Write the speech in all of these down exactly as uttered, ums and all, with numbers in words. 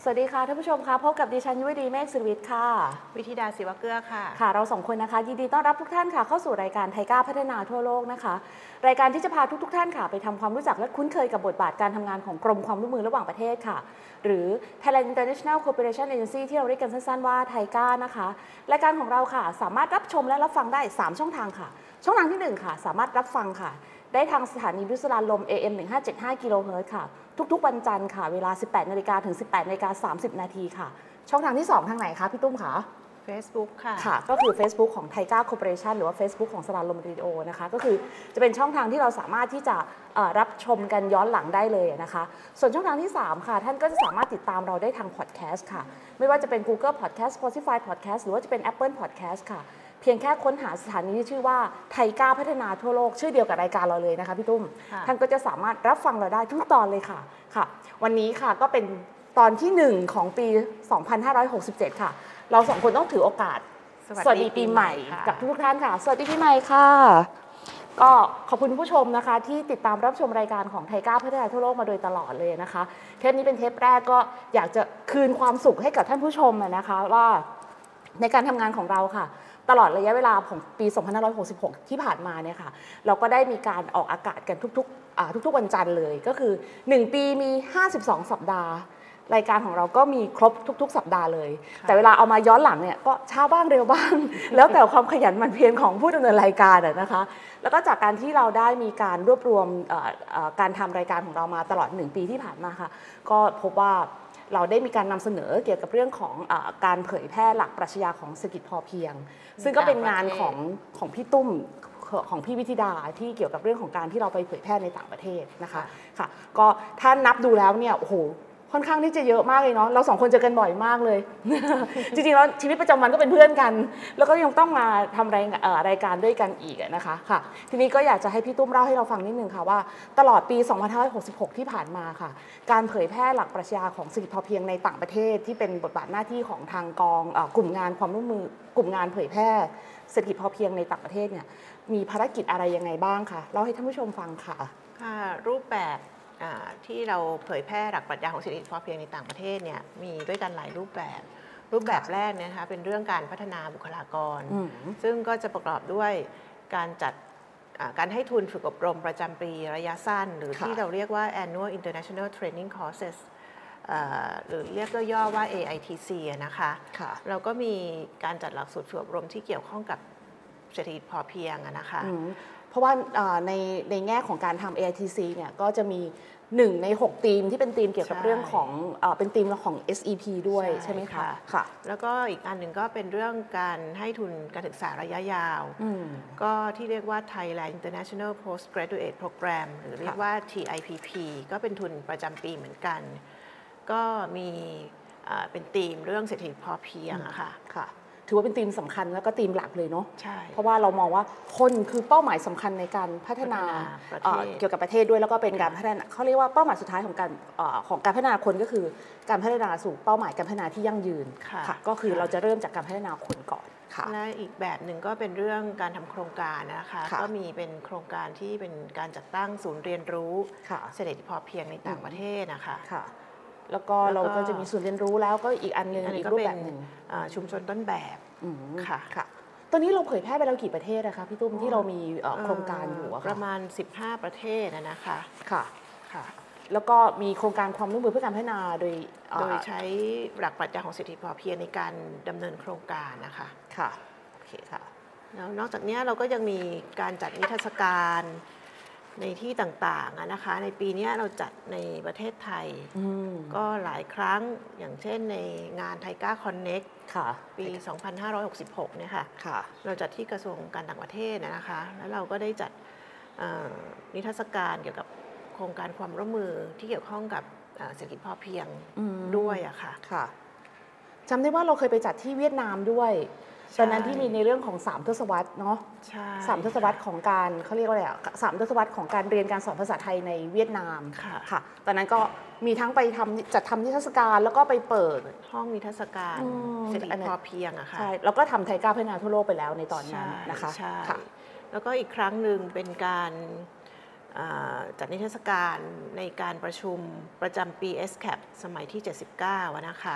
วัสดีค่ะท่านผู้ชมค่ะพบกับดิฉันยุวดีเมฆศิริวิทย์ค่ะวิธิดาศิวเกื้อค่ะค่ะเราสองคนนะคะยินดีต้อนรับทุกท่านค่ะเข้าสู่รายการไทก้าพัฒนาทั่วโลกนะคะรายการที่จะพาทุกๆท่านค่ะไปทำความรู้จักและคุ้นเคยกับบทบาทการทำงานของกรมความร่วมมือระหว่างประเทศค่ะหรือ Thailand International Cooperation Agency ที่เราเรียกกันสั้นๆว่าไทก้านะคะรายการของเราค่ะสามารถรับชมและรับฟังได้สามช่องทางค่ะช่องทางที่หนึ่งค่ะสามารถรับฟังค่ะได้ทางสถานีวิทยุลม เอ เอ็ม หนึ่งห้าเจ็ดห้า กิโลเฮิรตซ์ค่ะทุกๆวันจันทร์ค่ะเวลา สิบแปดนาฬิกา ถึง สิบแปดนาฬิกาสามสิบ นาทีค่ะช่องทางที่สองทางไหนคะพี่ตุ้มคะ Facebook ค่ะค่ะก็คือ Facebook ของ Thaiga Corporation หรือว่า Facebook ของสลาลมวิดีโอนะคะก็คือจะเป็นช่องทางที่เราสามารถที่จะรับชมกันย้อนหลังได้เลยนะคะส่วนช่องทางที่สามค่ะท่านก็จะสามารถติดตามเราได้ทาง Podcast ค่ะไม่ว่าจะเป็น Google Podcast Spotify Podcast หรือว่าจะเป็น Apple Podcast ค่ะเพียงแค่ค้นหาสถานีที่ชื่อว่าไทก้าพัฒนาทั่วโลกชื่อเดียวกับรายการเราเลยนะคะพี่ตุ้มท่านก็จะสามารถรับฟังเราได้ทุกตอนเลยค่ะค่ะวันนี้ค่ะก็เป็นตอนที่หนึ่งของปีสองพันห้าร้อยหกสิบเจ็ดค่ะเราสองคนต้องถือโอกาสสวัสดีปีใหม่กับทุกท่านค่ะสวัสดีปีใหม่ค่ะก็ขอบคุณผู้ชมนะคะที่ติดตามรับชมรายการของไทก้าพัฒนาทั่วโลกมาโดยตลอดเลยนะคะเทปนี้เป็นเทปแรกก็อยากจะคืนความสุขให้กับท่านผู้ชมนะคะว่าในการทำงานของเราค่ะตลอดระยะเวลาของปีสองพันห้าร้อยหกสิบหกที่ผ่านมาเนี่ยค่ะเราก็ได้มีการออกอากาศกันทุกๆทุกๆวันจันทร์เลยก็คือหนึ่งปีมีห้าสิบสองสัปดาห์รายการของเราก็มีครบทุกๆสัปดาห์เลยแต่เวลาเอามาย้อนหลังเนี่ยก็ช้าบ้างเร็วบ้าง แล้วแต่ความขยันหมั่นเพียรของผู้ดำเนินรายการนะคะแล้วก็จากการที่เราได้มีการรวบรวมการทำรายการของเรามาตลอดหนึ่งปีที่ผ่านมาค่ะก็พบว่าเราได้มีการนำเสนอเกี่ยวกับเรื่องของการเผยแพร่หลักปรัชญาของเศรษฐกิจพอเพียงซึ่งก็เป็นงานของของพี่ตุ้มของพี่วิธิดาที่เกี่ยวกับเรื่องของการที่เราไปเผยแพร่ในต่างประเทศนะคะค่ะก็ถ้านับดูแล้วเนี่ยโอ้โหค่อนข้างที่จะเยอะมากเลยเนาะเราสองคนเจอกันบ่อยมากเลย จริงๆแล้วชีวิตประจำวันก็เป็นเพื่อนกันแล้วก็ยังต้องมาทำรายรายการด้วยกันอีกนะคะค่ะทีนี้ก็อยากจะให้พี่ตุ้มเล่าให้เราฟังนิดนึงค่ะว่าตลอดปีสองพันห้าร้อยหกสิบหกที่ผ่านมาค่ะการเผยแพร่หลักปรัชญาของเศรษฐกิจพอเพียงในต่างประเทศที่เป็นบทบาทหน้าที่ของทางกองกลุ่มงานความร่วมมือกลุ่มงานเผยแพร่เศรษฐกิจพอเพียงในต่างประเทศเนี่ยมีภารกิจอะไรยังไงบ้างคะเล่าให้ท่านผู้ชมฟังค่ะค่ะรูปแบบที่เราเผยแพร่หลักปรัชญาของเศรษฐกิจพอเพียงในต่างประเทศเนี่ยมีด้วยกันหลายรูปแบบรูปแบบแรกนะคะเป็นเรื่องการพัฒนาบุคลากรซึ่งก็จะประกอบด้วยการจัดการให้ทุนฝึกอบรมประจำปีระยะสั้นหรือที่เราเรียกว่า Annual International Training Courses หรือเรียกย่อๆว่า เอ ไอ ที ซี นะคะเราก็มีการจัดหลักสูตรฝึกอบรมที่เกี่ยวข้องกับเศรษฐกิจพอเพียงนะคะเพราะว่าในในแง่ของการทำ เอ ไอ ที ซี เนี่ยก็จะมีหนึ่งในหกธีมที่เป็นธีมเกี่ยวกับเรื่องของเป็นธีมของ เอส อี พี ด้วยใช่ไหมคะค่ะแล้วก็อีกอันหนึ่งก็เป็นเรื่องการให้ทุนการศึกษาระยะยาวก็ที่เรียกว่า Thailand International Postgraduate Program หรือเรียกว่า ที ไอ พี พี ก็เป็นทุนประจำปีเหมือนกันก็มีเป็นธีมเรื่องเศรษฐกิจพอเพียงอะค่ะค่ะถือว่าเป็นธีมสำคัญแล้วก็ธีมหลักเลยเนาะใช่เพราะว่าเรามองว่าคนคือเป้าหมายสำคัญในการพัฒนาเกี่ยวกับประเทศด้วยแล้วก็เป็นการพัฒนาเขาเรียกว่าเป้าหมายสุดท้ายของการของการพัฒนาคนก็คือการพัฒนาสู่เป้าหมายการพัฒนาที่ยั่งยืนค่ะก็คือเราจะเริ่มจากการพัฒนาคนก่อนค่ะและอีกแบบหนึ่งก็เป็นเรื่องการทำโครงการนะคะก็มีเป็นโครงการที่เป็นการจัดตั้งศูนย์เรียนรู้เศรษฐกิจพอเพียงในต่างประเทศนะคะแล้วก็เราก็จะมีศูนย์เรียนรู้แล้วก็อีกอันนึงอีกรูปแบบหนึ่งชุมชนต้นแบบค่ะค่ะตอนนี้เราเผยแพร่ไปแล้วกี่ประเทศนะคะพี่ตุ้มที่เรามีโครงการอยู่อะประมาณสิบห้าประเทศนะคะค่ะค่ะแล้วก็มีโครงการความร่วมมือเพื่อการพัฒนาโดยโดยใช้หลักปรัชญาของเศรษฐกิจพอเพียงในการดำเนินโครงการนะคะค่ะโอเคค่ะแล้วนอกจากนี้เราก็ยังมีการจัดนิทรรศการในที่ต่างๆนะคะในปีนี้เราจัดในประเทศไทยก็หลายครั้งอย่างเช่นในงานไทก้าคอนเน็กปีสองพันห้าร้อยหกสิบหกเนี่ยค่ะเราจัดที่กระทรวงการต่างประเทศนะคะแล้วเราก็ได้จัดนิทรรศการเกี่ยวกับโครงการความร่วมมือที่เกี่ยวข้องกับเศรษฐกิจพอเพียงด้วยอะค่ะจำได้ว่าเราเคยไปจัดที่เวียดนามด้วยตอนนั้นที่มีในเรื่องของสามทศวรรษเนาะสามทศวรรษของการเขาเรียกว่าอะไรอ่ะสามทศวรรษของการเรียนการสอนภาษาไทยในเวียดนามค่ะตอนนั้นก็มีทั้งไปทำจัดทำนิทรรศการแล้วก็ไปเปิดห้องนิทรรศการเศรษฐกิจพอเพียงอะค่ะใช่แล้วก็ทำไทก้าพัฒนาทั่วโลกไปแล้วในตอนนั้นนะคะใช่แล้วก็อีกครั้งหนึ่งเป็นการจัดนิทรรศการในการประชุมประจำปี เอส แคป สมัยที่ เจ็ดสิบเก้า นะคะ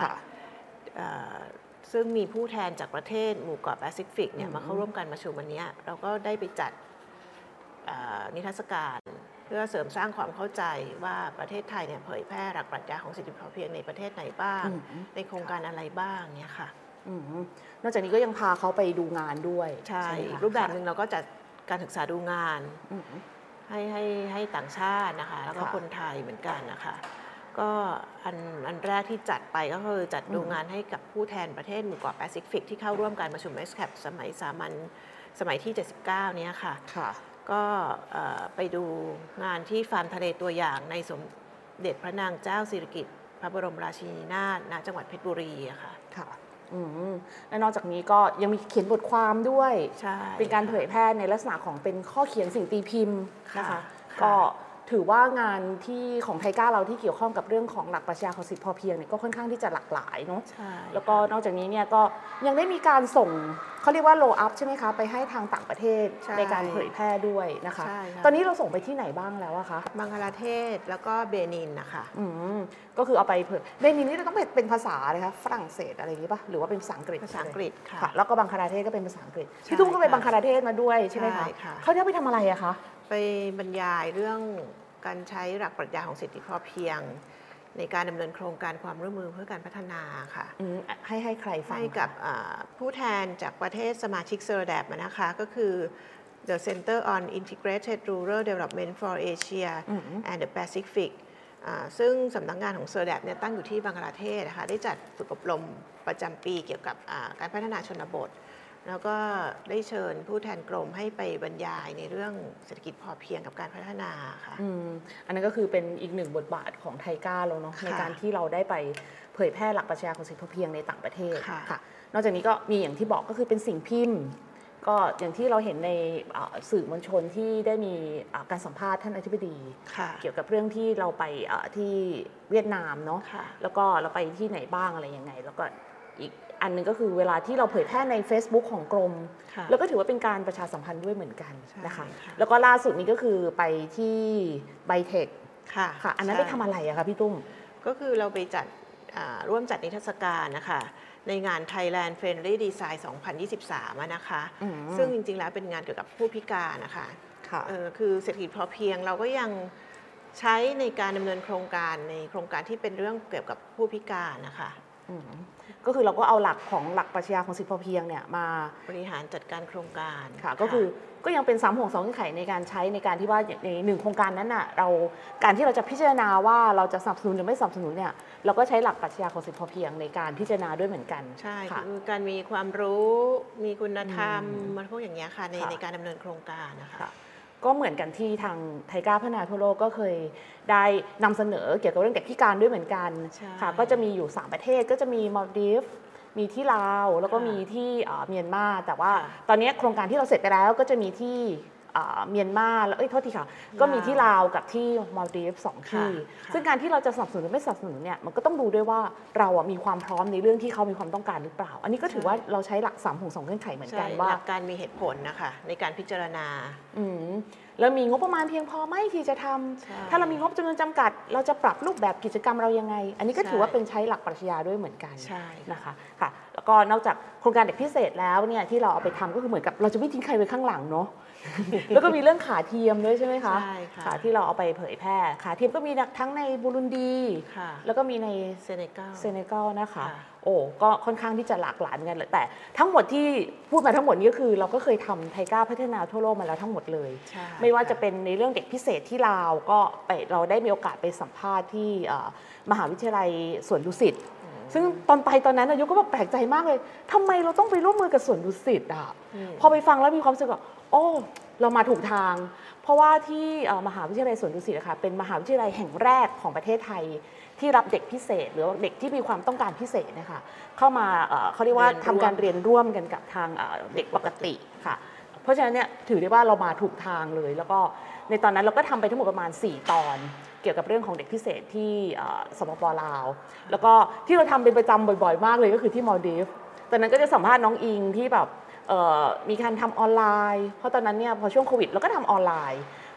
ซึ่งมีผู้แทนจากประเทศหมู่เกาะแปซิฟิกเนี่ยมาเข้าร่วมการประชุมวันนี้เราก็ได้ไปจัดนิทรรศการเพื่อเสริมสร้างความเข้าใจว่าประเทศไทยเนี่ยเผยแพร่หลักปรัชญาของเศรษฐกิจพอเพียงในประเทศไหนบ้างในโครงการอะไรบ้างเนี่ยค่ะนอกจากนี้ก็ยังพาเขาไปดูงานด้วยใช่รูปแบบหนึ่งเราก็จัดการศึกษาดูงานให้ให้ให้ต่างชาตินะคะแล้วก็คนไทยเหมือนกันนะคะก็อันอันแรกที่จัดไปก็คือจัดดูงานให้กับผู้แทนประเทศหมู่เกาะแปซิฟิกที่เข้าร่วมการประชุม เอส แคป สมัยสามัญสมัยที่ เจ็ดสิบเก้า เนี้ยค่ะก็ไปดูงานที่ฟาร์มทะเลตัวอย่างในสมเด็จพระนางเจ้าสิริกิติ์พระบรมราชินีนาถณจังหวัดเพชรบุรีอะค่ะค่ะและนอกจากนี้ก็ยังมีเขียนบทความด้วยเป็นการเผยแพร่ในลักษณะของเป็นข้อเขียนสิ่งตีพิมพ์นะคะก็ถือว่างานที่ของไทก้าเราที่เกี่ยวข้องกับเรื่องของหลักปรัชญาของสิทธิพอเพียงเนี่ยก็ค่อนข้างที่จะหลากหลายเนาะแล้วก็นอกจากนี้เนี่ยก็ยังได้มีการส่งเขาเรียกว่าโลอัพใช่ไหมคะไปให้ทางต่างประเทศ ใ, ในการเผยแพร่ด้วยนะคะตอนนี้เราส่งไปที่ไหนบ้างแล้วอะคะบังคลาเทศแล้วก็เบนินนะคะอืมก็คือเอาไปเผยเบนินนี่ต้องเป็นภาษาอะไรคะฝรั่งเศสอะไรอย่างนี้ป่ะหรือว่าเป็นภาษาอังกฤษภาษาอังกฤษค่ะแล้วก็บังคลาเทศก็เป็นภาษาอังกฤษพี่ตุ้มก็ไปบังคลาเทศมาด้วยใช่ไหมคะเขาได้ไปทำอะไรอะคะไปบรรยายเรื่องการใช้หลักปรัชญาของเศรษฐกิจพอเพียงในการดำเนินโครงการความร่วมมือเพื่อการพัฒนาค่ะให้ให้ใครฟังให้กับผู้แทนจากประเทศสมาชิกเซอร์แดบนะคะก็คือ The Center on Integrated Rural Development for Asia and the Pacific ซึ่งสำนักงานของเซอร์แดบเนี่ยตั้งอยู่ที่บังคลาเทศนะคะได้จัดฝึกอบรมประจำปีเกี่ยวกับการพัฒนาชนบทแล้วก็ได้เชิญผู้แทนกรมให้ไปบรรยายในเรื่องเศรษฐกิจพอเพียงกับการพัฒนาค่ะอืมอันนั้นก็คือเป็นอีกหนึ่งบทบาทของไทก้าแล้วเนาะในการที่เราได้ไปเผยแพร่หลักปรัชญาของเศรษฐกิจพอเพียงในต่างประเทศค่ะนอกจากนี้ก็มีอย่างที่บอกก็คือเป็นสิ่งพิมพ์ก็อย่างที่เราเห็นในสื่อมวลชนที่ได้มีการสัมภาษณ์ท่านอธิบดีเกี่ยวกับเรื่องที่เราไปที่เวียดนามเนาะแล้วก็เราไปที่ไหนบ้างอะไรยังไงแล้วก็อีกอันนึงก็คือเวลาที่เราเผยแพร่ใน Facebook ของกรมแล้วก็ถือว่าเป็นการประชาสัมพันธ์ด้วยเหมือนกันนะคะแล้วก็ล่าสุดนี้ก็คือไปที่ไบเทคค่ะค่ะอันนั้นไปทำอะไรอะคะพี่ตุ้มก็คือเราไปจัดร่วมจัดนิทรรศการนะคะในงาน Thailand Friendly Design สองพันยี่สิบสามนะคะซึ่งจริงๆแล้วเป็นงานเกี่ยวกับผู้พิการนะคะคือเศรษฐกิจพอเพียงเราก็ยังใช้ในการดำเนินโครงการในโครงการที่เป็นเรื่องเกี่ยวกับผู้พิการนะคะก็คือเราก็เอาหลักของหลักปรัชญาของสิทธิพอเพียงเนี่ยมาบริหารจัดการโครงการค่ะก็คือก็ยังเป็นสามห่วงสองเงื่อนไขในการใช้ในการที่ว่าในหนึ่งโครงการนั้นน่ะเราการที่เราจะพิจารณาว่าเราจะสนับสนุนหรือไม่สนับสนุนเนี่ยเราก็ใช้หลักปรัชญาของสิทธิพอเพียงในการพิจารณาด้วยเหมือนกันใช่คือการมีความรู้มีคุณธรรมมันพวกอย่างเงี้ยค่ะในในการดำเนินโครงการนะคะก็เหมือนกันที่ทางไทก้าพัฒนาทั่วโลกก็เคยได้นำเสนอเกี่ยวกับเรื่องเด็กพิการด้วยเหมือนกันค่ะก็จะมีอยู่สามประเทศก็จะมีมาลดีฟมีที่ลาวแล้วก็มีที่เมียนมาแต่ว่าตอนนี้โครงการที่เราเสร็จไปแล้วก็จะมีที่เมียนมาแล้วเอ้ยโทษทีค่ะก็มีที่ลาวกับที่มาลดีฟสองที่ซึ่งการที่เราจะสนับสนุนหรือไม่สนับสนุนเนี่ยมันก็ต้องดูด้วยว่าเราอ่ะมีความพร้อมในเรื่องที่เขามีความต้องการหรือเปล่าอันนี้ก็ถือว่าเราใช้หลักสามห่วงสองเงื่อนไขเหมือนกันว่าหลักการมีเหตุผลนะคะในการพิจารณาอืมแล้วมีงบประมาณเพียงพอไหมที่จะทำถ้าเรามีงบจำนวนจำกัดเราจะปรับรูปแบบกิจกรรมเรายังไงอันนี้ก็ถือว่าเป็นใช้หลักปรัชญาด้วยเหมือนกันนะคะค่ะแล้วก็นอกจากโครงการเด็กพิเศษแล้วเนี่ยที่เราเอาไปทำก็คือเหมือนกับเราจะไม่ทิ้งใครไว้ข้างหลังเนาะแล้วก็มีเรื่องขาเทียมด้วยใช่ไหมคะใช่ค่ะขาที่เราเอาไปเผยแพร่ขาเทียมก็มีทั้งในบูรุนดีแล้วก็มีในเซเนกัลเซเนกัลนะคะโอ้ก็ค่อนข้างที่จะหลากหลายเหมือนกันเลยแต่ทั้งหมดที่พูดมาทั้งหมดนี้ก็คือเราก็เคยทำไทก้าพัฒนาทั่วโลกมาแล้วทั้งหมดเลยไม่ว่าจะเป็นในเรื่องเด็กพิเศษที่ลาวก็ไปเราได้มีโอกาสไปสัมภาษณ์ที่มหาวิทยาลัยสวนดุสิตซึ่งตอนไปตอนนั้นอายุก็แบบแปลกใจมากเลยทำไมเราต้องไปร่วมมือกับสวนดุสิตอ่ะพอไปฟังแล้วมีความรู้สึกว่าโอ้เรามาถูกทางเพราะว่าที่มหาวิทยาลัยสวนดุสิตนะคะเป็นมหาวิทยาลัยแห่งแรกของประเทศไทยที่รับเด็กพิเศษหรือเด็กที่มีความต้องการพิเศษนะคะเข้ามาเขาเรียกว่าทำการเรียนร่วมกันกับทางเด็กปกติค่ะเพราะฉะนั้นเนี่ยถือได้ว่าเรามาถูกทางเลยแล้วก็ในตอนนั้นเราก็ทำไปทั้งหมดประมาณสี่ตอนเกี่ยวกับเรื่องของเด็กพิเศษที่สปป.ลาวแล้วก็ที่เราทำเป็นประจำบ่อยๆมากเลยก็คือที่มาลดีฟตอนนั้นก็จะสัมภาษณ์น้องอิงที่แบบมีการทำออนไลน์เพราะตอนนั้นเนี่ยพอช่วงโควิดเราก็ทำออนไลน์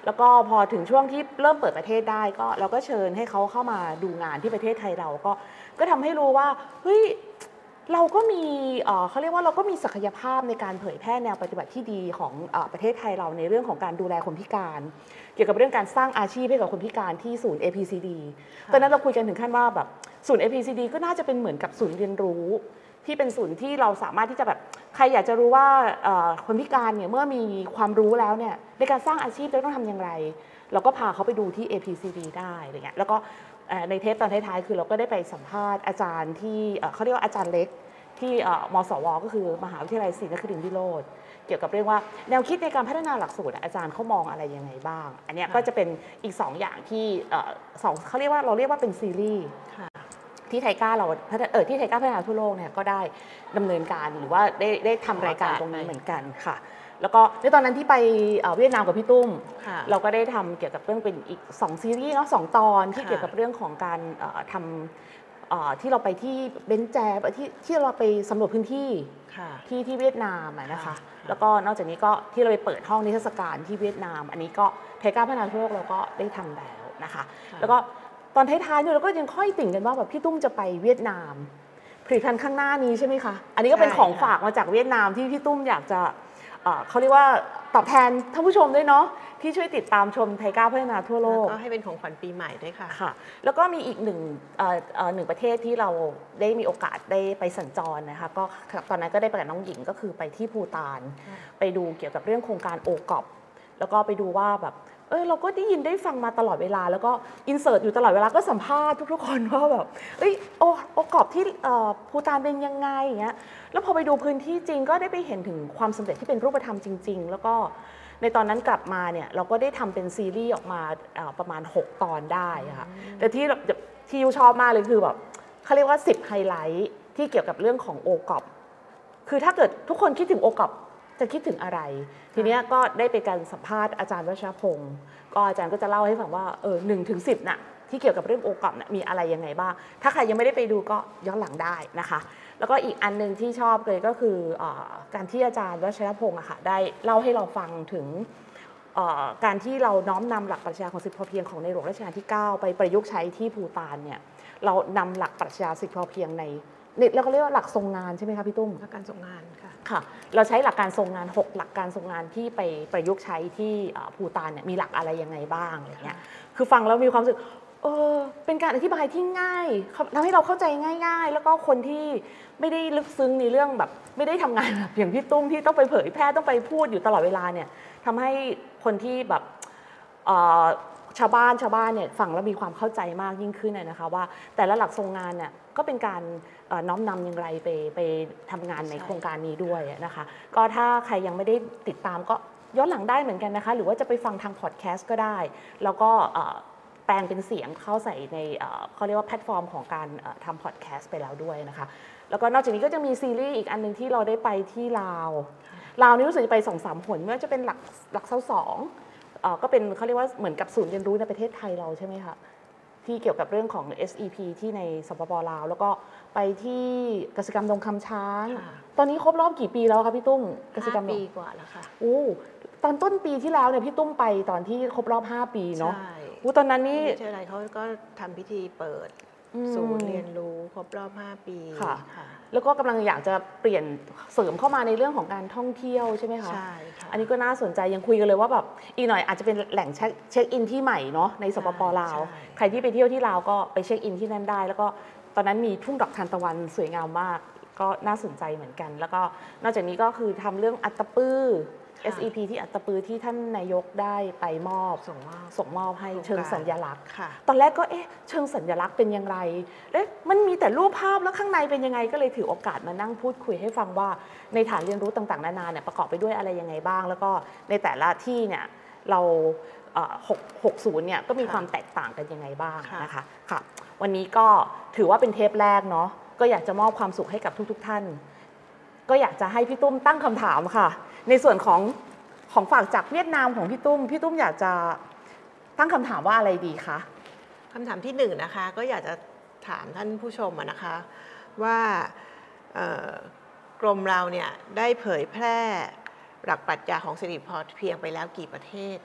แล้วก็พอถึงช่วงที่เริ่มเปิดประเทศได้ก็เราก็เชิญให้เขาเข้ามาดูงานที่ประเทศไทยเราก็ก็ทำให้รู้ว่าเฮ้ยเราก็มีเขาเรียกว่าเราก็มีศักยภาพในการเผยแพร่แนวปฏิบัติที่ดีของประเทศไทยเราในเรื่องของการดูแลคนพิการเกี่ยวกับเรื่องการสร้างอาชีพให้กับคนพิการที่ศูนย์ เอ พี ซี ดี ตอนนั้นเราคุยกันถึงขั้นว่าแบบศูนย์ เอ พี ซี ดี ก็น่าจะเป็นเหมือนกับศูนย์เรียนรู้ที่เป็นศูนย์ที่เราสามารถที่จะแบบใครอยากจะรู้ว่าคนพิการเนี่ยเมื่อมีความรู้แล้วเนี่ยในการสร้างอาชีพจะต้องทำอย่างไรเราก็พาเขาไปดูที่ เอ พี ซี ดี ได้อะไรเงี้ยแล้วก็ในเทปตอนท้ายๆคือเราก็ได้ไปสัมภาษณ์อาจารย์ที่เขาเรียกว่าอาจารย์เล็กที่มสวก็คือมหาวิทยาลัยศรีนครินทร์วิโรจน์เกี่ยวกับเรื่องว่าแนวคิดในการพัฒนาหลักสูตรอาจารย์เขามองอะไรยังไงบ้างอันนี้ก็จะเป็นอีกสองอย่างที่สองเขาเรียกว่าเราเรียกว่าเป็นซีรีส์ที่ไทก้าเราเออที่ไทก้าพัฒนาทั่วโลกเนี่ยก็ได้ดำเนินการหรือว่าได้ได้ทำรายการตรงนี้เหมือนกันค่ะแล้วก็ในตอนนั้นที่ไปเวียดนามกับพี่ตุ้มเราก็ได้ทำเกี่ยวกับเรื่องเป็นอีกสองซีรีส์เนาะสองตอนที่เกี่ยวกับเรื่องของการทำที่เราไปที่เบนแจที่ที่เราไปสำรวจพื้นที่ที่ที่เวียดนามนะคะแล้วก็นอกจากนี้ก็ที่เราไปเปิดห้องนิทรรศการที่เวียดนามอันนี้ก็ไทก้าพัฒนาทั่วโลกเราก็ได้ทำแล้วนะคะแล้วก็ตอนท้ายๆเนี่ยเราก็ยังค่อยติ่งกันว่าแบบพี่ตุ้มจะไปเวียดนามผลิตภัณฑ์ข้างหน้านี้ใช่ไหมคะอันนี้ก็เป็นของฝากมาจากเวียดนามที่พี่ตุ้มอยากจะเขาเรียกว่าตอบแทนท่านผู้ชมด้วยเนาะที่ช่วยติดตามชมไทก้าพัฒนาทั่วโลกก็ให้เป็นของขวัญปีใหม่ด้วยค่ะค่ะแล้วก็มีอีกหนึ่งหนึ่งประเทศที่เราได้มีโอกาสได้ไปสัญจรนะคะก็ตอนนั้นก็ได้ไปกับน้องหญิงก็คือไปที่ภูฏานไปดูเกี่ยวกับเรื่องโครงการโอกอปแล้วก็ไปดูว่าแบบเออเราก็ได้ยินได้ฟังมาตลอดเวลาแล้วก็อินเสิร์ตอยู่ตลอดเวลาก็สัมภาษณ์ทุกๆคนว่าแบบเอ้ยโอโอกอบที่ภูฏานเป็นยังไงอย่างเงี้ยแล้วพอไปดูพื้นที่จริงก็ได้ไปเห็นถึงความสำเร็จที่เป็นรูปธรรมจริงๆแล้วก็ในตอนนั้นกลับมาเนี่ยเราก็ได้ทำเป็นซีรีส์ออกมาประมาณหกตอนได้ค่ะแต่ที่ที่ยูชอบมากเลยคือแบบเขาเรียกว่าสิบไฮไลท์ที่เกี่ยวกับเรื่องของโอกอบคือถ้าเกิดทุกคนคิดถึงโอกอบจะคิดถึงอะไรทีนี้ก็ได้ไปการสัมภาษณ์อาจารย์วชรพงศ์ก็อาจารย์ก็จะเล่าให้ฟังว่าเออหนึ่งถึงสิบน่ะที่เกี่ยวกับเรื่องโอกอบน่ะมีอะไรยังไงบ้างถ้าใครยังไม่ได้ไปดูก็ย้อนหลังได้นะคะแล้วก็อีกอันนึงที่ชอบเลยก็คือการที่อาจารย์วชรพงศ์อะค่ะได้เล่าให้เราฟังถึงการที่เราน้อมนำหลักปรัชญาของสิทธิพอเพียงของในหลวงรัชกาลที่เก้าไปประยุกต์ใช้ที่ภูฏานเนี่ยเรานำหลักปรัชญาสิทธิพอเพียงในเราก็เรียกว่าหลักทรงงานใช่ไหมคะพี่ตุ้มหลักการทรงงานค่ะค่ะเราใช้หลักการทรงงานหกหลักการทรงงานที่ไปประยุกต์ใช้ที่ภูฏานเนี่ยมีหลักอะไรยังไงบ้างอะไรเงี้ยคือฟังแล้วมีความรู้สึกเออเป็นการอธิบายที่ง่ายทำให้เราเข้าใจง่ายๆแล้วก็คนที่ไม่ได้ลึกซึ้งในเรื่องแบบไม่ได้ทำงานแบบอย่างพี่ตุ้มที่ต้องไปเผยแพร่ต้องไปพูดอยู่ตลอดเวลาเนี่ยทำให้คนที่แบบชาวบ้านชาวบ้านเนี่ยฟังแล้วมีความเข้าใจมากยิ่งขึ้นนะคะว่าแต่ละหลักทรงงานเนี่ยก็เป็นการน้อมนำอย่างไรไปไปทำงานในโครงการนี้ด้วยนะคะก็ถ้าใครยังไม่ได้ติดตามก็ย้อนหลังได้เหมือนกันนะคะหรือว่าจะไปฟังทางพอดแคสต์ก็ได้แล้วก็แปลงเป็นเสียงเข้าใส่ในเขาเรียกว่าแพลตฟอร์มของการทำพอดแคสต์ไปแล้วด้วยนะคะแล้วก็นอกจากนี้ก็จะมีซีรีส์อีกอันนึงที่เราได้ไปที่ลาวลาวนี่รู้สึกจะไป สองสาม หนไม่ว่าจะเป็นหลักหลักเสาสองก็เป็นเขาเรียกว่าเหมือนกับศูนย์เรียนรู้ในประเทศไทยเราใช่ไหมคะที่เกี่ยวกับเรื่องของ เอส อี พี ที่ในสปป.ลาวแล้วก็ไปที่กสิกรรมดงคำช้างตอนนี้ครบรอบกี่ปีแล้วคะพี่ตุ้มกสิกรรมปีกว่าแล้วค่ะอู้ตอนต้นปีที่แล้วเนี่ยพี่ตุ้มไปตอนที่ครบรอบห้าปีเนาะใช่อู้ตอนนั้นนี่วิทยาลัยเขาก็ทำพิธีเปิดศูนย์เรียนรู้ครบรอบห้าปีค่ะแล้วก็กำลังอยากจะเปลี่ยนเสริมเข้ามาในเรื่องของการท่องเที่ยวใช่ไหมคะใช่ค่ะอันนี้ก็น่าสนใจยังคุยกันเลยว่าแบบอีกหน่อยอาจจะเป็นแหล่งเช็คอินที่ใหม่เนาะในสปป.ลาวใครที่ไปเที่ยวที่ลาวก็ไปเช็คอินที่นั่นได้แล้วก็ตอนนั้นมีทุ่งดอกทานตะวันสวยงามมากก็น่าสนใจเหมือนกันแล้วก็นอกจากนี้ก็คือทำเรื่องอัตตปื้อ เอส อี พี ที่อัตตปือที่ท่านนายกได้ไปมอบส่งมอบส่งมอบให้เชิงสัญลักษณ์ตอนแรกก็เอ๊ะเชิงสัญลักษณ์เป็นอย่างไรเอ๊ะมันมีแต่รูปภาพแล้วข้างในเป็นยังไงก็เลยถือโอกาสมานั่งพูดคุยให้ฟังว่าในฐานเรียนรู้ต่างๆนานาเนี่ยประกอบไปด้วยอะไรยังไงบ้างแล้วก็ในแต่ละที่เนี่ยเราหกสิบเนี่ยก็มีความแตกต่างกันยังไงบ้างนะคะค่ะวันนี้ก็ถือว่าเป็นเทปแรกเนาะก็อยากจะมอบความสุขให้กับทุกๆท่านก็อยากจะให้พี่ตุ้มตั้งคำถามค่ะในส่วนของของฝากจากเวียดนามของพี่ตุ้มพี่ตุ้มอยากจะตั้งคำถามว่าอะไรดีคะคำถามที่หนึ่งนะคะก็อยากจะถามท่านผู้ชมนะคะว่ากรมเราเนี่ยได้เผยแพร่หลักปรัชญาของเศรษฐกิจพอเพียงไปแล้วกี่ประเทศค่ะ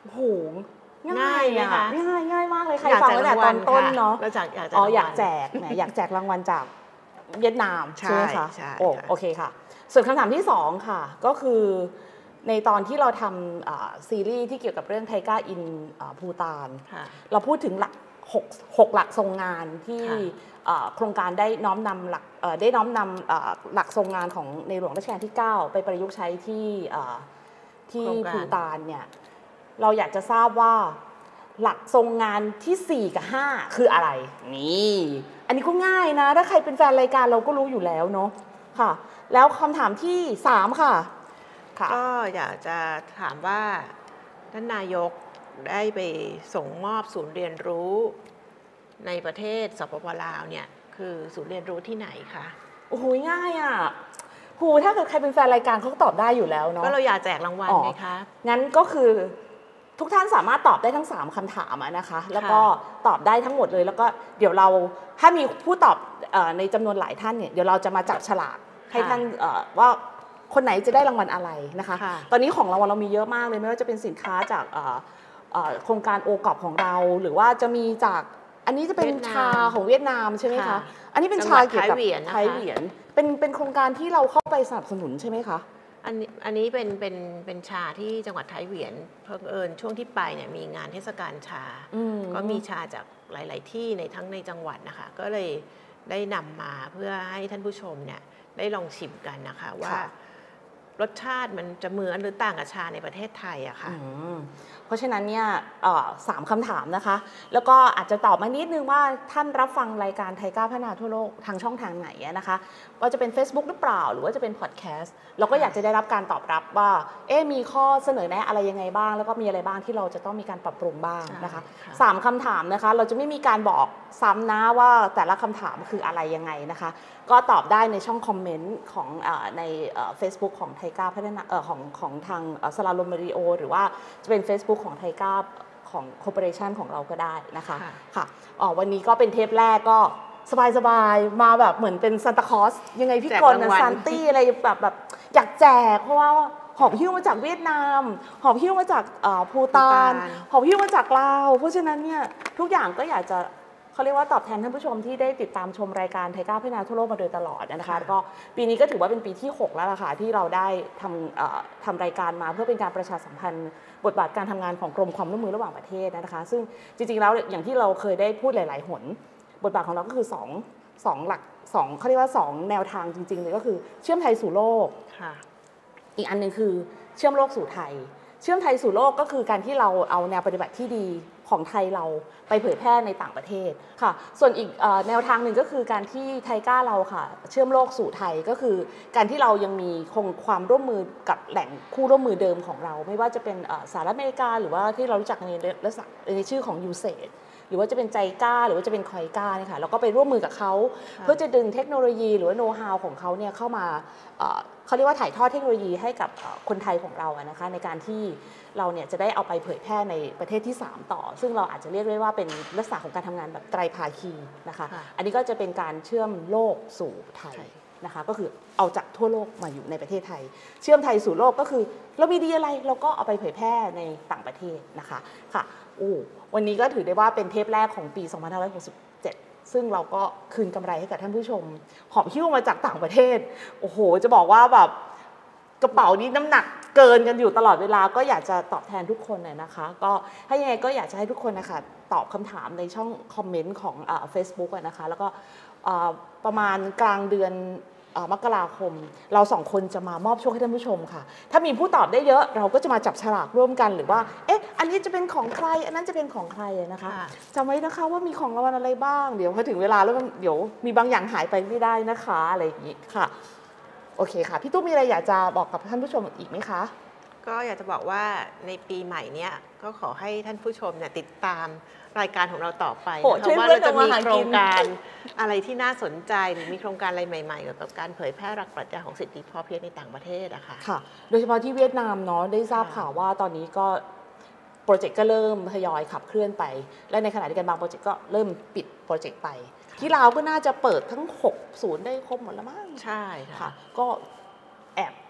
โอ้โหง่ายไหมคะง่ายง่ายมากเลยใครอยากฟังแจกตั้งแต่รางตวัอลนต้นค่ะเนาะแล้วจากอยากแจกอ๋อรางวัลอยากแจกแหมอยากแจกรางวัลจากเวียดนามใช่ใช่ไหมคะใช่โอ้ค่ะโอเคค่ะ ส่วนคำถามที่สองค่ะ ก็คือในตอนที่เราทำอ่าซีรีส์ที่เกี่ยวกับเรื่องไทก้าอินภูตานค่ะเราพูดถึงหลักหกหกหลักทรงงานที่ค่ะเอ่อโครงการได้น้อมนำหลักเอ่อได้น้อมนำเอ่อหลักทรงงานของในหลวงรัชกาลที่ เก้า ไปประยุกต์ใช้ที่เอ่อที่โครงการภูตานเนี่ยเราอยากจะทราบว่าหลักทรงงานที่ สี่ กับ ห้า คืออะไรนี่อันนี้ก็ง่ายนะถ้าใครเป็นแฟนรายการเราก็รู้อยู่แล้วเนาะค่ะแล้วคำถามที่ สาม ค่ะค่ะก็อยากจะถามว่าท่านนายกได้ไปส่งมอบศูนย์เรียนรู้ในประเทศสปปลาวเนี่ยคือศูนย์เรียนรู้ที่ไหนคะโอ้โหง่ายอ่ะหูถ้าเกิดใครเป็นแฟนรายการเขาก็ตอบได้อยู่แล้วเนาะก็เราอยากแจกรางวัลอ๋อไงคะงั้นก็คือทุกท่านสามารถตอบได้ทั้ง สาม คำถามอะนะคะ แล้วก็ตอบได้ทั้งหมดเลย แล้วก็เดี๋ยวเราถ้ามีผู้ตอบเอ่อในจำนวนหลายท่านเนี่ยเดี๋ยวเราจะมาจับฉลากให้ท่านเอ่อว่าคนไหนจะได้รางวัลอะไรนะคะค่ะตอนนี้ของรางวัลเรามีเยอะมากเลยไม่ว่าจะเป็นสินค้าจากเอ่อเอ่อโครงการโอกอบของเรา หรือว่าจะมีจากอันนี้จะเป็นชาของเวียดนามใช่ไหมคะค่ะอันนี้เป็นชาเกี่ยวกับจังหวัดท้ายเหวียนนะคะท้ายเหวียนเป็นเป็นโครงการที่เราเข้าไปสนับสนุนใช่ไหมคะอันนี้อันนี้เป็นเป็นเป็นชาที่จังหวัดท้ายเหวียนเพิ่งเอิญช่วงที่ไปเนี่ยมีงานเทศกาลชาอืมก็มีชาจากหลาย ๆ ที่ในทั้งในจังหวัดนะคะก็เลยได้นำมาเพื่อให้ท่านผู้ชมเนี่ยได้ลองชิมกันนะคะว่าค่ะรสชาติมันจะเหมือนหรือต่างกับชาในประเทศไทยอะค่ะอืมเพราะฉะนั้นเนี่ยเอ่อสามคำถามนะคะ แล้วก็อาจจะตอบมานิดนึงว่าท่านรับฟังรายการไทยก้าวพัฒนาทั่วโลกทางช่องทางไหนอะนะคะ ว่าจะเป็น Facebook หรือเปล่า หรือว่าจะเป็นพอดแคสต์เราก็อยากจะได้รับการตอบรับว่า เอ๊ะมีข้อเสนอแนะอะไรยังไงบ้าง แล้วก็มีอะไรบ้างที่เราจะต้องมีการปรับปรุงบ้างนะคะใช่ค่ะสามคำถามนะคะ เราจะไม่มีการบอกซ้ำนะว่าแต่ละคำถามคืออะไรยังไงนะคะ ก็ตอบได้ในช่องคอมเมนต์ของเออในเฟซบุ๊กของไทก้าพัฒนาเอ่อของของทางสลาลมรีโอหรือว่าจะเป็น Facebook ของไทก้าของคอร์ปอเรชันของเราก็ได้นะคะค่ะค่ะอ๋อวันนี้ก็เป็นเทปแรกก็สบายๆ มาแบบเหมือนเป็นซานตาคลอสยังไงพี่กลนะซานตี้อะไรแบบแบบอยากแจกเพราะว่าหอบหิ้วมาจากเวียดนาม หอบหิ้วมาจากเอ่อภูตาน หอบหิ้วมาจากลาวเพราะฉะนั้นเนี่ยทุกอย่างก็อยากจะเขาเรียกว่าตอบแทนท่านผู้ชมที่ได้ติดตามชมรายการไทก้าพัฒนาทั่วโลกมาโดยตลอดนะคะแล้วก็ปีนี้ก็ถือว่าเป็นปีที่หกแล้วล่ะค่ะที่เราได้ทำเอ่อทำรายการมาเพื่อเป็นการประชาสัมพันธ์บทบาทการทำงานของกรมความร่วมมือระหว่างประเทศนะคะซึ่งจริงๆแล้วอย่างที่เราเคยได้พูดหลายๆหนบทบาทของเราก็คือสองสองหลักสองเขาเรียกว่าสองแนวทางจริงๆเลยก็คือเชื่อมไทยสู่โลกค่ะอีกอันหนึงคือเชื่อมโลกสู่ไทย เชื่อมไทยสู่โลกก็คือการที่เราเอาแนวปฏิบัติที่ดีของไทยเราไปเผยแพร่ในต่างประเทศค่ะ ส่วนอีกเอ่อแนวทางหนึ่งก็คือการที่ไทก้าเราค่ะ เชื่อมโลกสู่ไทยก็คือการที่เรายังมีคงความร่วมมือกับแหล่งคู่ร่วมมือเดิมของเรา ไม่ว่าจะเป็นเอ่อสหรัฐอเมริกาหรือว่าที่เรารู้จักในลักษณะในชื่อของ ยู เซด หรือว่าจะเป็นใจกล้าหรือว่าจะเป็นคอยกล้าเนี่ยค่ะแล้วก็ไปร่วมมือกับเขาเพื่อจะดึงเทคโนโลยีหรือว่าโน้ตฮาวของเขาเนี่ยเข้ามาเอ่อเขาเรียกว่าถ่ายทอดเทคโนโลยีให้กับเอ่อคนไทยของเราอะนะคะในการที่เราเนี่ยจะได้เอาไปเผยแพร่ในประเทศที่สามต่อ ซึ่งเราอาจจะเรียกได้ว่าเป็นลักษณะของการทำงานแบบไตรภาคีนะคะค่ะอันนี้ก็จะเป็นการเชื่อมโลกสู่ไทยนะคะก็คือเอาจากทั่วโลกมาอยู่ในประเทศไทย เชื่อมไทยสู่โลกก็คือเรามีดีอะไรเราก็เอาไปเผยแพร่ในต่างประเทศนะคะค่ะโอ้วันนี้ก็ถือได้ว่าเป็นเทปแรกของปี สองพันห้าร้อยหกสิบเจ็ด ซึ่งเราก็คืนกำไรให้กับท่านผู้ชมหอบหิ้วมาจากต่างประเทศโอ้โหจะบอกว่าแบบกระเป๋านี้น้ำหนักเกินกันอยู่ตลอดเวลาก็อยากจะตอบแทนทุกคนน่ยนะคะก็ถ้ายังไงก็อยากจะให้ทุกคนนะคะตอบคำถามในช่องคอมเมนต์ของเอ่อ Facebook อะนะคะแล้วก็เอ่อประมาณกลางเดือนเอ่อมกราคมเราสองคนจะมามอบโชคให้ท่านผู้ชมค่ะถ้ามีผู้ตอบได้เยอะเราก็จะมาจับฉลากร่วมกันหรือว่าเอ๊ะอันนี้จะเป็นของใครอันนั้นจะเป็นของใครนะคะค่ะจำไว้นะคะว่ามีของรางวัลอะไรบ้างเดี๋ยวพอถึงเวลาแล้วมันเดี๋ยวมีบางอย่างหายไปไม่ได้นะคะอะไรอย่างนี้ค่ะโอเคค่ะพี่ตู้มีอะไรอยากจะบอกกับท่านผู้ชมอีกไหมคะก็อยากจะบอกว่าในปีใหม่เนี้ยก็ขอให้ท่านผู้ชมเนี่ยติดตามรายการของเราต่อไปโอ้นะช่คะวยว่าเพื่อเรานจะมีทำมาหากินโครงการอะไรที่น่าสนใจหรือมีโครงการอะไรใหม่ๆเกี่ยวกับการเผยแพร่หลักปรัชญาของสิทธิพอเพียงในต่างประเทศอะค่ะค่ะโดยเฉพาะที่เวียดนามเนาะได้ทราบค่ะข่าวว่าตอนนี้ก็โปรเจกต์ก็เริ่มทยอยขับเคลื่อนไป และในขณะเดียวกันบางโปรเจกต์ก็เริ่มปิดโปรเจกต์ไป ที่ลาวก็น่าจะเปิดทั้งหกศูนย์ได้ครบหมดแล้วมั้งใช่ค่ะค่ะก็แอบ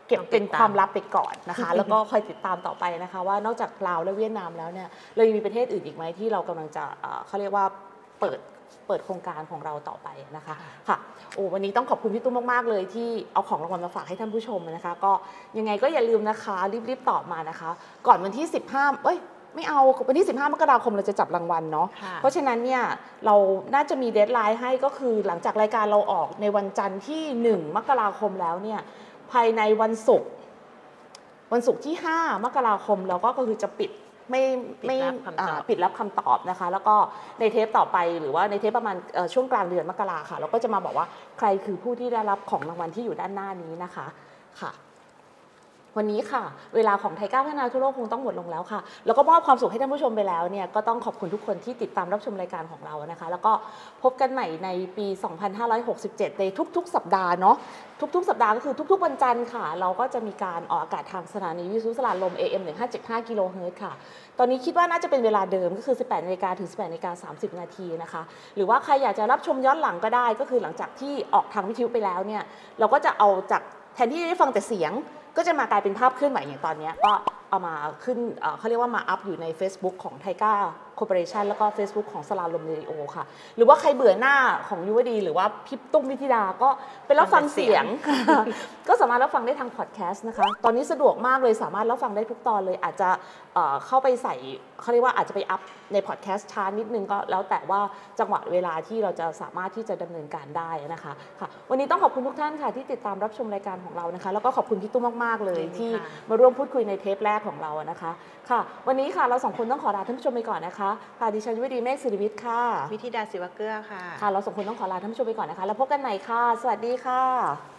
เก็บเป็นความลับไปก่อนนะคะ แล้วก็คอยติดตามต่อไปนะคะ ว่านอกจากลาวและเวียดนามแล้วเนี่ยเรายังมีประเทศอื่นอีกไหมที่เรากำลังจะเขาเรียกว่าเปิดเปิดโครงการของเราต่อไปนะคะค่ะโอ้วันนี้ต้องขอบคุณพี่ตุ้มมากๆเลยที่เอาของรางวัลมาฝากให้ท่านผู้ชมนะคะก็ยังไงก็อย่าลืมนะคะรีบๆตอบมานะคะก่อนวันที่สิบห้าเอ้ยไม่เอาวันที่สิบห้ามกราคมเราจะจับรางวัลเนาะเพราะฉะนั้นเนี่ยเราน่าจะมีเดดไลน์ให้ก็คือหลังจากรายการเราออกในวันจันทร์ที่หนึ่งมกราคมแล้วเนี่ยภายในวันศุกร์วันศุกร์ที่ห้ามกราคมเราก็คือจะปิดไม่ไม่ปิดรับคำตอบนะคะแล้วก็ในเทปต่อไปหรือว่าในเทปประมาณช่วงกลางเดือนมกราค่ะเราก็จะมาบอกว่าใครคือผู้ที่ได้รับของรางวัลที่อยู่ด้านหน้านี้นะคะค่ะวันนี้ค่ะเวลาของไทยก้าวพัฒนาทั่วโลกคงต้องหมดลงแล้วค่ะแล้วก็มอบความสุขให้ท่านผู้ชมไปแล้วเนี่ยก็ต้องขอบคุณทุกคนที่ติดตามรับชมรายการของเรานะคะแล้วก็พบกันใหม่ในปีสองพันห้าร้อยหกสิบเจ็ดในทุกๆสัปดาห์เนาะทุกๆสัปดาห์ก็คือทุกๆวันจันทร์ค่ะเราก็จะมีการออกอากาศทางสถานีวิทยุสลาลม เอ เอ็ม หนึ่งพันห้าร้อยเจ็ดสิบห้า กิโลเฮิรตซ์ค่ะตอนนี้คิดว่าน่าจะเป็นเวลาเดิมก็คือ สิบแปดนาฬิกา ถึง สิบแปดนาฬิกาสามสิบ นาทีนะคะหรือว่าใครอยากจะรับชมย้อนหลังก็ได้ก็คือหลังจากที่ออกทางวิทยุไปแล้วเนี่ยเราก็จะเอาจากแทนที่จะได้ฟังแต่เสียงก็จะมากลายเป็นภาพเคลื่อนไหวอย่างตอนนี้ก็เอามาขึ้นเขาเรียกว่ามาอัพอยู่ใน Facebook ของไทก้าคอร์ปอเรชันแล้วก็ Facebook ของสลาลมเรดิโอค่ะหรือว่าใครเบื่อหน้าของยุวดีหรือว่าพี่ตุ้มวิธิดาก็ไปรับฟังเสียง ก็สามารถรับฟังได้ทางพอดแคสต์นะคะตอนนี้สะดวกมากเลยสามารถรับฟังได้ทุกตอนเลยอาจจะเข้าไปใส่เขาเรียกว่าอาจจะไปอัพในพอดแคสต์ช้านิดนึงก็แล้วแต่ว่าจังหวะเวลาที่เราจะสามารถที่จะดำเนินการได้นะคะค่ะวันนี้ต้องขอบคุณทุกท่านค่ะที่ติดตามรับชมรายการของเรานะคะแล้วก็ขอบคุณพี่ตุ้มมากๆเลยที่มาร่วมพูดคุยในเทปแรกของเรานะคะค่ะวันนี้ค่ะเราสองคนต้องขอลาท่านผู้ชมไปก่อนนะคะค่ะดิฉันยุวดีเมฆศิริวิทย์ค่ะวิธิดาศิวเกื้อค่ะค่ะเราสองคนต้องขอลาท่านผู้ชมไปก่อนนะคะแล้วพบกันใหม่ค่ะสวัสดีค่ะ